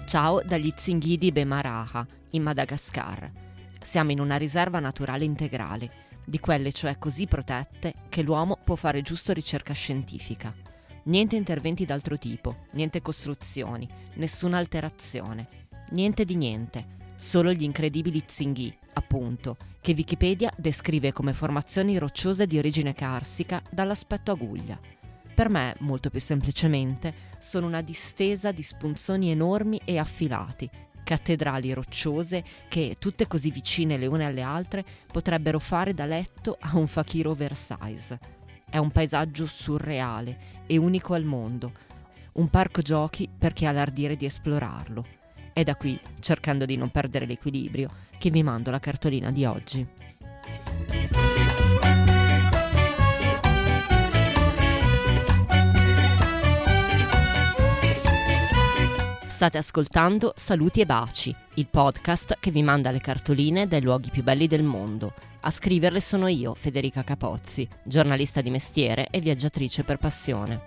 Ciao dagli Zinghi di Bemaraha, in Madagascar. Siamo in una riserva naturale integrale, di quelle cioè così protette che l'uomo può fare giusto ricerca scientifica. Niente interventi d'altro tipo, niente costruzioni, nessuna alterazione, niente di niente, solo gli incredibili Zinghi, appunto, che Wikipedia descrive come formazioni rocciose di origine carsica dall'aspetto aguglia. Per me, molto più semplicemente, sono una distesa di spunzoni enormi e affilati, cattedrali rocciose che, tutte così vicine le une alle altre, potrebbero fare da letto a un fakir oversize. È un paesaggio surreale e unico al mondo, un parco giochi per chi ha l'ardire di esplorarlo. È da qui, cercando di non perdere l'equilibrio, che vi mando la cartolina di oggi. State ascoltando Saluti e Baci, il podcast che vi manda le cartoline dai luoghi più belli del mondo. A scriverle sono io, Federica Capozzi, giornalista di mestiere e viaggiatrice per passione.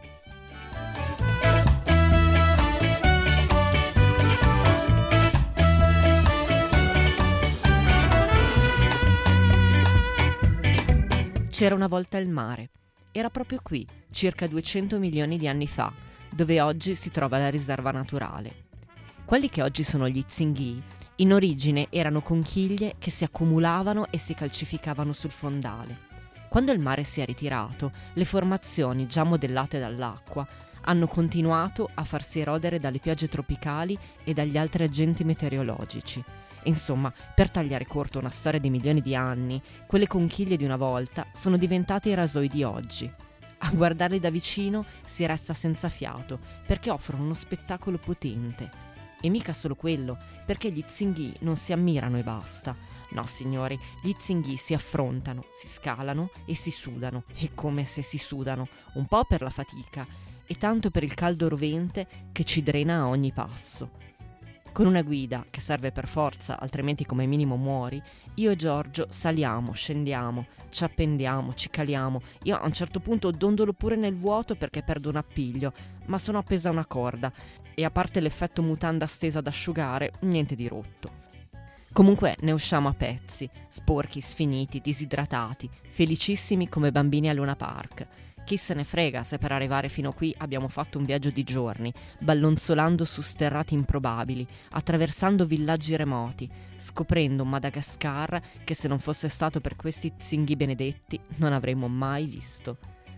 C'era una volta il mare. Era proprio qui, circa 200 milioni di anni fa, dove oggi si trova la riserva naturale. Quelli che oggi sono gli Zinghi, in origine erano conchiglie che si accumulavano e si calcificavano sul fondale. Quando il mare si è ritirato, le formazioni già modellate dall'acqua hanno continuato a farsi erodere dalle piogge tropicali e dagli altri agenti meteorologici. Insomma, per tagliare corto una storia di milioni di anni, quelle conchiglie di una volta sono diventate i rasoi di oggi. A guardarli da vicino si resta senza fiato, perché offrono uno spettacolo potente. E mica solo quello, perché gli Zinghi non si ammirano e basta. No, signori, gli Zinghi si affrontano, si scalano e si sudano. E come se si sudano, un po' per la fatica e tanto per il caldo rovente che ci drena a ogni passo. Con una guida, che serve per forza, altrimenti come minimo muori, io e Giorgio saliamo, scendiamo, ci appendiamo, ci caliamo. Io a un certo punto dondolo pure nel vuoto perché perdo un appiglio, ma sono appesa a una corda e a parte l'effetto mutanda stesa ad asciugare, niente di rotto. Comunque ne usciamo a pezzi, sporchi, sfiniti, disidratati, felicissimi come bambini a Luna Park. Chi se ne frega se per arrivare fino qui abbiamo fatto un viaggio di giorni, ballonzolando su sterrati improbabili, attraversando villaggi remoti, scoprendo un Madagascar che se non fosse stato per questi Zinghi benedetti non avremmo mai visto.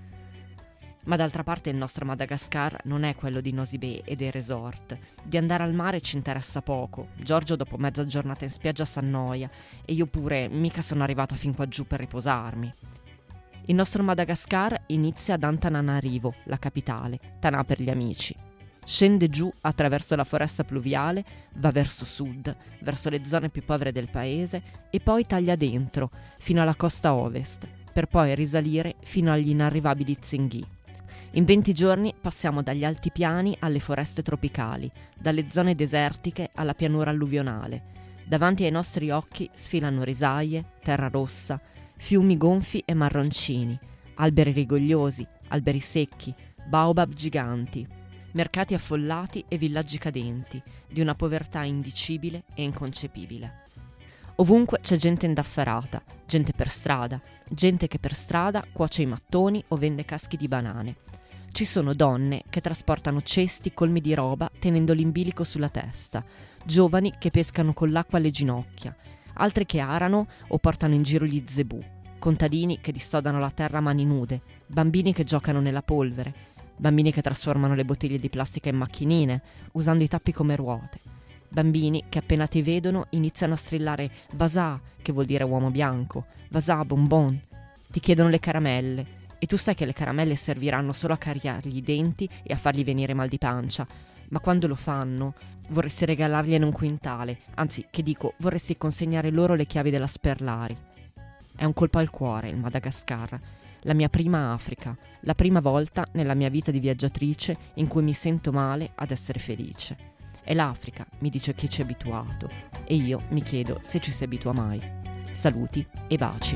Ma d'altra parte il nostro Madagascar non è quello di Nosy Be e dei resort. Di andare al mare ci interessa poco. Giorgio dopo mezza giornata in spiaggia s'annoia e io pure mica sono arrivata fin qua giù per riposarmi. Il nostro Madagascar inizia ad Antananarivo, la capitale, Tanà per gli amici. Scende giù attraverso la foresta pluviale, va verso sud, verso le zone più povere del paese e poi taglia dentro, fino alla costa ovest, per poi risalire fino agli inarrivabili Zinghi. In 20 giorni passiamo dagli altipiani alle foreste tropicali, dalle zone desertiche alla pianura alluvionale. Davanti ai nostri occhi sfilano risaie, terra rossa, fiumi gonfi e marroncini, alberi rigogliosi, alberi secchi, baobab giganti, mercati affollati e villaggi cadenti, di una povertà indicibile e inconcepibile. Ovunque c'è gente indaffarata, gente per strada, gente che per strada cuoce i mattoni o vende caschi di banane. Ci sono donne che trasportano cesti colmi di roba tenendo l'imbilico sulla testa, giovani che pescano con l'acqua alle ginocchia, altri che arano o portano in giro gli zebù, contadini che dissodano la terra a mani nude, bambini che giocano nella polvere, bambini che trasformano le bottiglie di plastica in macchinine, usando i tappi come ruote, bambini che appena ti vedono iniziano a strillare «Vasà», che vuol dire uomo bianco, «Vasà, bonbon», ti chiedono le caramelle, e tu sai che le caramelle serviranno solo a cariargli i denti e a fargli venire mal di pancia, ma quando lo fanno vorresti regalargliene un quintale, anzi, che dico, vorresti consegnare loro le chiavi della Sperlari. È un colpo al cuore il Madagascar, la mia prima Africa, la prima volta nella mia vita di viaggiatrice in cui mi sento male ad essere felice. È l'Africa, mi dice chi ci è abituato, e io mi chiedo se ci si abitua mai. Saluti e baci.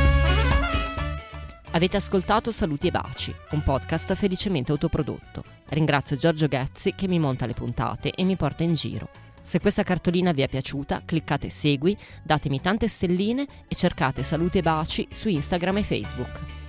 Avete ascoltato Saluti e Baci, un podcast felicemente autoprodotto. Ringrazio Giorgio Ghezzi che mi monta le puntate e mi porta in giro. Se questa cartolina vi è piaciuta, cliccate segui, datemi tante stelline e cercate Salute e Baci su Instagram e Facebook.